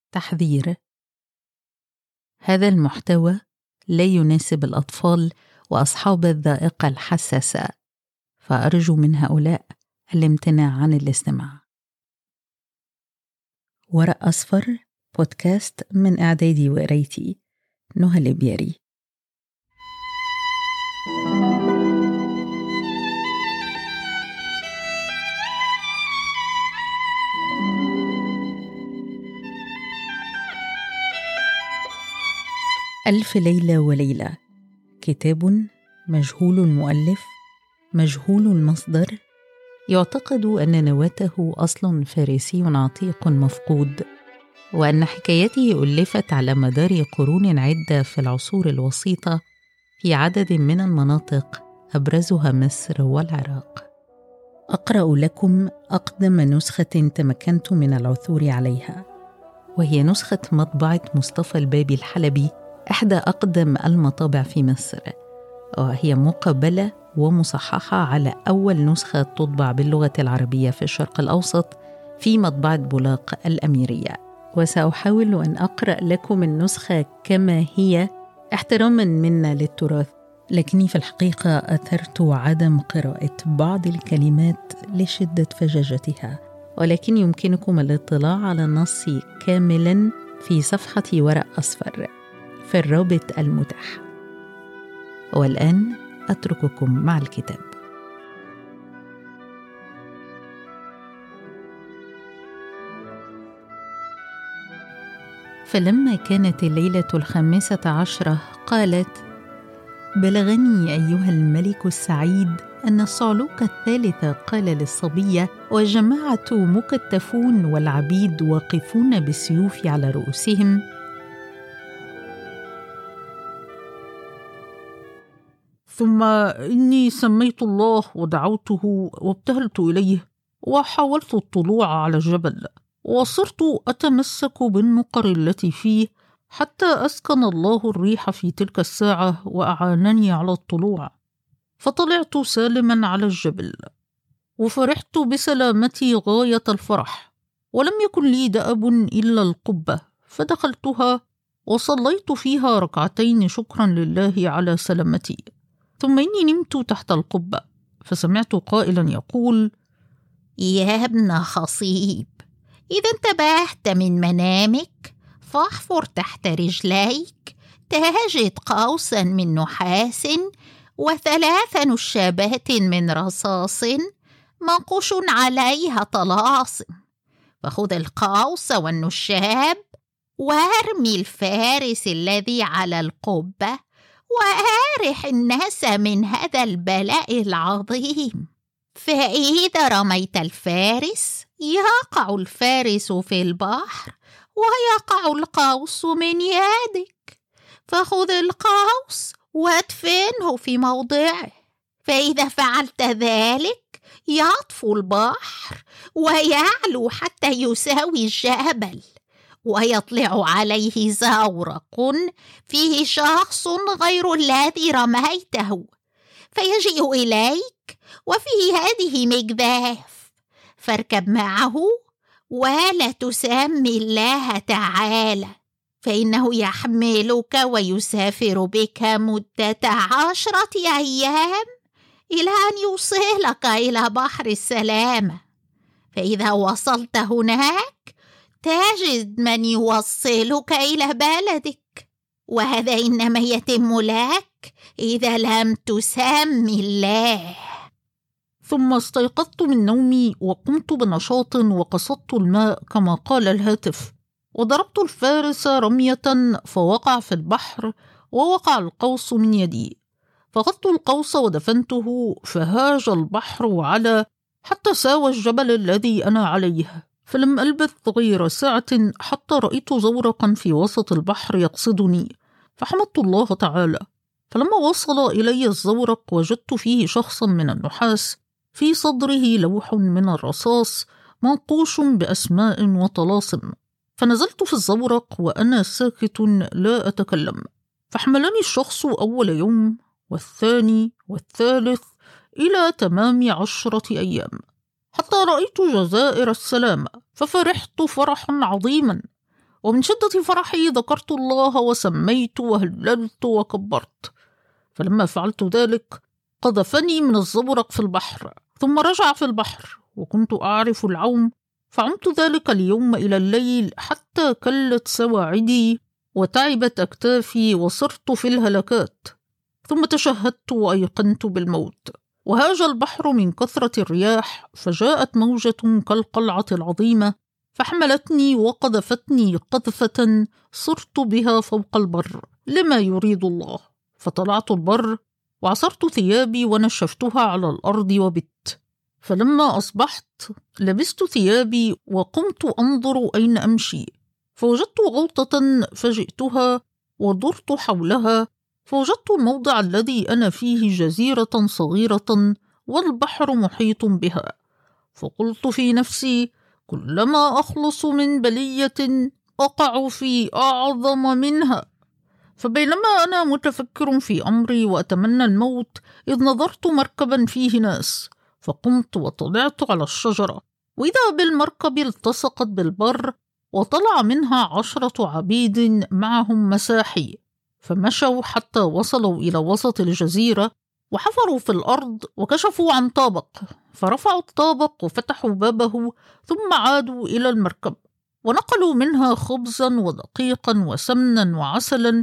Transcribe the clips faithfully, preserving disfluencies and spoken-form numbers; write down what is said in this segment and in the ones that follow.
تحذير: هذا المحتوى لا يناسب الأطفال وأصحاب الذائقة الحساسة، فأرجو من هؤلاء الامتناع عن الاستماع. ورق أصفر بودكاست من إعدادي وقرايتي نهى البياري. ألف ليلة وليلة، كتاب مجهول المؤلف مجهول المصدر، يعتقد أن نواته أصل فارسي عتيق مفقود، وأن حكايته ألفت على مدار قرون عدة في العصور الوسيطة في عدد من المناطق أبرزها مصر والعراق. أقرأ لكم أقدم نسخة تمكنت من العثور عليها، وهي نسخة مطبعة مصطفى البابي الحلبي، إحدى أقدم المطابع في مصر، وهي مقبلة ومصححة على أول نسخة تطبع باللغة العربية في الشرق الأوسط في مطبعة بولاق الأميرية. وسأحاول أن أقرأ لكم النسخة كما هي احتراما منا للتراث، لكني في الحقيقة أثرت عدم قراءة بعض الكلمات لشدة فجاجتها، ولكن يمكنكم الاطلاع على النص كاملا في صفحة ورق أصفر في الرابط المتاح. والآن أترككم مع الكتاب. فلما كانت الليلة الخامسة عشرة قالت: بلغني أيها الملك السعيد أن الصعلوك الثالث قال للصبية والجماعة مكتفون والعبيد واقفون بالسيوف على رؤوسهم: ثم إني سميت الله ودعوته وابتهلت إليه وحاولت الطلوع على الجبل، وصرت أتمسك بالنقر التي فيه حتى أسكن الله الريح في تلك الساعة وأعانني على الطلوع، فطلعت سالما على الجبل وفرحت بسلامتي غاية الفرح، ولم يكن لي دأب إلا القبة، فدخلتها وصليت فيها ركعتين شكرا لله على سلامتي. ثم إني نمت تحت القبة، فسمعت قائلا يقول: يا ابن خصيب، إذا انتبهت من منامك فاحفر تحت رجليك تجد قوسا من نحاس وثلاث نشابات من رصاص منقوش عليها طلاسم، فخذ القوس والنشاب وارمي الفارس الذي على القبة وأرح الناس من هذا البلاء العظيم، فإذا رميت الفارس يقع الفارس في البحر ويقع القوس من يدك، فخذ القوس وادفنه في موضعه، فإذا فعلت ذلك يطفو البحر ويعلو حتى يساوي الجبل، ويطلع عليه زورق فيه شخص غير الذي رميته، فيجيء إليك وفيه هذه مجذاف، فاركب معه ولا تسمي الله تعالى، فإنه يحملك ويسافر بك مدة عشرة أيام إلى أن يوصلك إلى بحر السلامة، فإذا وصلت هناك تجد من يوصلك إلى بلدك، وهذا إنما يتم لك إذا لم تسمي الله. ثم استيقظت من نومي وقمت بنشاط وقصدت الماء كما قال الهاتف، وضربت الفارس رمية فوقع في البحر ووقع القوس من يدي، فأخذت القوس ودفنته، فهاج البحر وعلى حتى ساوى الجبل الذي أنا عليه، فلم ألبث غير ساعة حتى رأيت زورقا في وسط البحر يقصدني، فحمدت الله تعالى. فلما وصل إلي الزورق وجدت فيه شخصا من النحاس، في صدره لوح من الرصاص منقوش بأسماء وطلاسم، فنزلت في الزورق وأنا ساكت لا أتكلم، فحملني الشخص أول يوم والثاني والثالث إلى تمام عشرة أيام، حتى رأيت جزائر السلامة، ففرحت فرحا عظيما، ومن شدة فرحي ذكرت الله وسميت وهللت وكبرت. فلما فعلت ذلك قذفني من الزبرق في البحر، ثم رجع في البحر، وكنت أعرف العوم، فعمت ذلك اليوم إلى الليل حتى كلت سواعدي وتعبت أكتافي وصرت في الهلكات. ثم تشهدت وأيقنت بالموت، وهاج البحر من كثرة الرياح، فجاءت موجة كالقلعة العظيمة فحملتني وقذفتني قذفة صرت بها فوق البر لما يريد الله. فطلعت البر وعصرت ثيابي ونشفتها على الأرض وبت. فلما أصبحت لبست ثيابي وقمت أنظر أين أمشي، فوجدت غوطة فجئتها ودرت حولها، فوجدت الموضع الذي أنا فيه جزيرة صغيرة والبحر محيط بها. فقلت في نفسي: كلما أخلص من بلية أقع في أعظم منها. فبينما أنا متفكر في أمري وأتمنى الموت إذ نظرت مركبا فيه ناس، فقمت وطلعت على الشجرة، وإذا بالمركب التصقت بالبر وطلع منها عشرة عبيد معهم مساحي، فمشوا حتى وصلوا إلى وسط الجزيرة وحفروا في الأرض وكشفوا عن طابق، فرفعوا الطابق وفتحوا بابه، ثم عادوا إلى المركب ونقلوا منها خبزا ودقيقا وسمنا وعسلا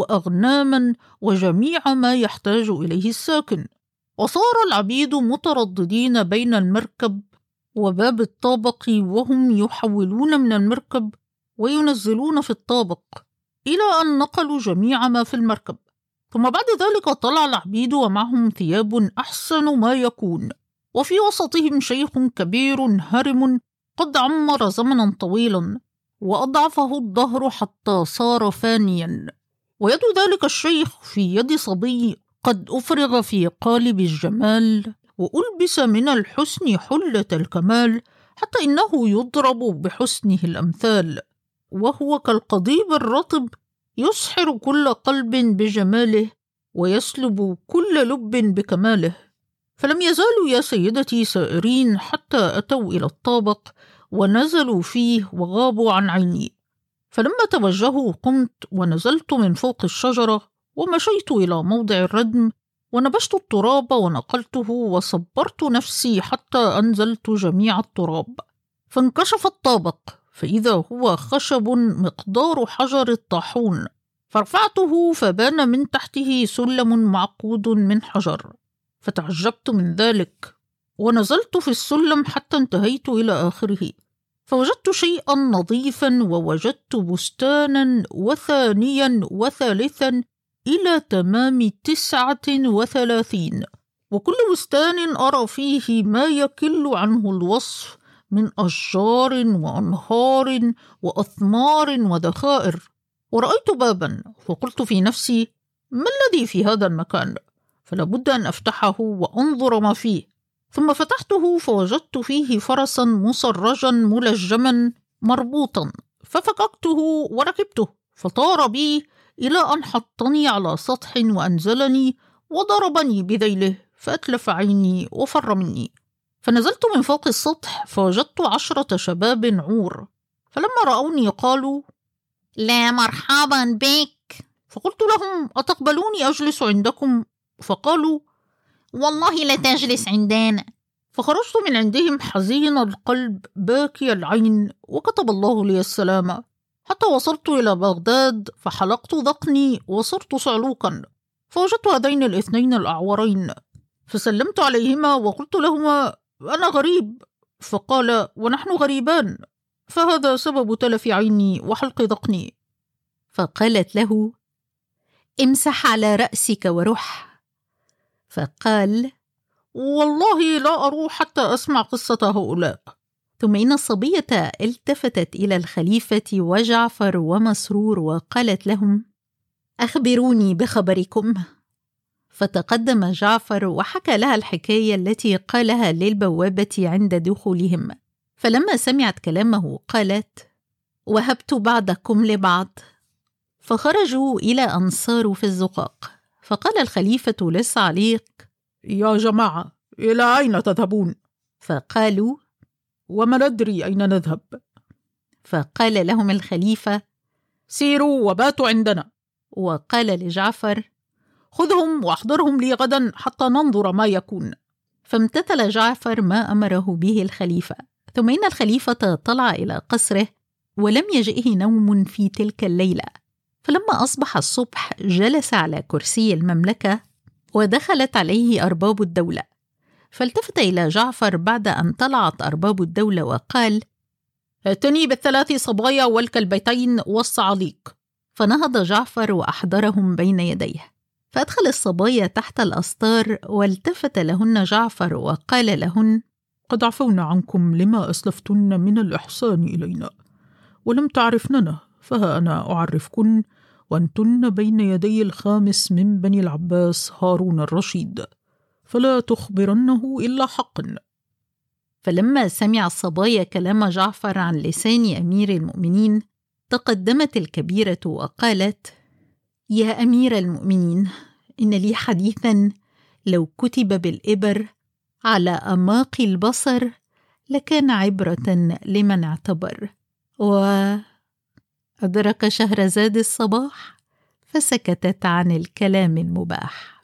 وأغناما وجميع ما يحتاج إليه الساكن. وصار العبيد مترددين بين المركب وباب الطابق، وهم يحولون من المركب وينزلون في الطابق إلى أن نقلوا جميع ما في المركب. ثم بعد ذلك طلع العبيد ومعهم ثياب أحسن ما يكون، وفي وسطهم شيخ كبير هرم قد عمر زمنا طويلا وأضعفه الدهر حتى صار فانيا، ويد ذلك الشيخ في يد صبي قد أفرغ في قالب الجمال وألبس من الحسن حلة الكمال، حتى إنه يضرب بحسنه الأمثال، وهو كالقضيب الرطب يسحر كل قلب بجماله ويسلب كل لب بكماله. فلم يزالوا يا سيدتي سائرين حتى أتوا إلى الطابق ونزلوا فيه وغابوا عن عيني. فلما توجهوا قمت ونزلت من فوق الشجرة ومشيت إلى موضع الردم ونبشت التراب ونقلته وصبرت نفسي حتى أنزلت جميع التراب، فانكشف الطابق فإذا هو خشب مقدار حجر الطاحون، فرفعته فبان من تحته سلم معقود من حجر، فتعجبت من ذلك ونزلت في السلم حتى انتهيت إلى آخره، فوجدت شيئا نظيفا ووجدت بستانا وثانيا وثالثا إلى تمام تسعة وثلاثين، وكل بستان أرى فيه ما يكل عنه الوصف من أشجار وأنهار وأثمار وذخائر. ورأيت بابا فقلت في نفسي: ما الذي في هذا المكان؟ فلا بد أن أفتحه وأنظر ما فيه. ثم فتحته فوجدت فيه فرسا مصرجا ملجما مربوطا، ففككته وركبته فطار بي إلى أن حطني على سطح وأنزلني وضربني بذيله فأتلف عيني وفر مني. فنزلت من فوق السطح فوجدت عشرة شباب عور، فلما رأوني قالوا: لا مرحبا بك. فقلت لهم: أتقبلوني أجلس عندكم؟ فقالوا: والله لا تجلس عندنا. فخرجت من عندهم حزين القلب باكي العين، وكتب الله لي السلامة، حتى وصلت إلى بغداد فحلقت ذقني وصرت صعلوكا، فوجدت هذين الاثنين الأعورين، فسلمت عليهما وقلت لهما: أنا غريب. فقال: ونحن غريبان، فهذا سبب تلف عيني وحلق ذقني. فقالت له: امسح على رأسك ورح. فقال: والله لا أروح حتى أسمع قصة هؤلاء. ثم إن الصبية التفتت إلى الخليفة وجعفر ومسرور وقالت لهم: أخبروني بخبركم. فتقدم جعفر وحكى لها الحكاية التي قالها للبوابة عند دخولهم، فلما سمعت كلامه قالت: وهبت بعضكم لبعض. فخرجوا إلى أن صاروا في الزقاق، فقال الخليفة للصعليق: يا جماعة، إلى أين تذهبون؟ فقالوا: وما ندري أين نذهب. فقال لهم الخليفة: سيروا وباتوا عندنا. وقال لجعفر: خذهم واحضرهم لي غدا حتى ننظر ما يكون. فامتثل جعفر ما أمره به الخليفة. ثم إن الخليفة طلع إلى قصره ولم يجئه نوم في تلك الليلة، فلما أصبح الصبح جلس على كرسي المملكة ودخلت عليه أرباب الدولة، فالتفت إلى جعفر بعد أن طلعت أرباب الدولة وقال: ائتني بالثلاث صبايا والكلبتين والصعاليق. فنهض جعفر وأحضرهم بين يديه، فأدخل الصبايا تحت الأستار والتفت لهن جعفر وقال لهن: قد عفونا عنكم لما أسلفتن من الإحسان إلينا، ولم تعرفننا، فها أنا أعرفكن، وأنتن بين يدي الخامس من بني العباس هارون الرشيد، فلا تخبرنه إلا حقا. فلما سمع الصبايا كلام جعفر عن لسان أمير المؤمنين تقدمت الكبيرة وقالت: يا أمير المؤمنين، إن لي حديثا لو كتب بالإبر على أماق البصر لكان عبرة لمن اعتبر. وأدرك شهرزاد الصباح فسكتت عن الكلام المباح.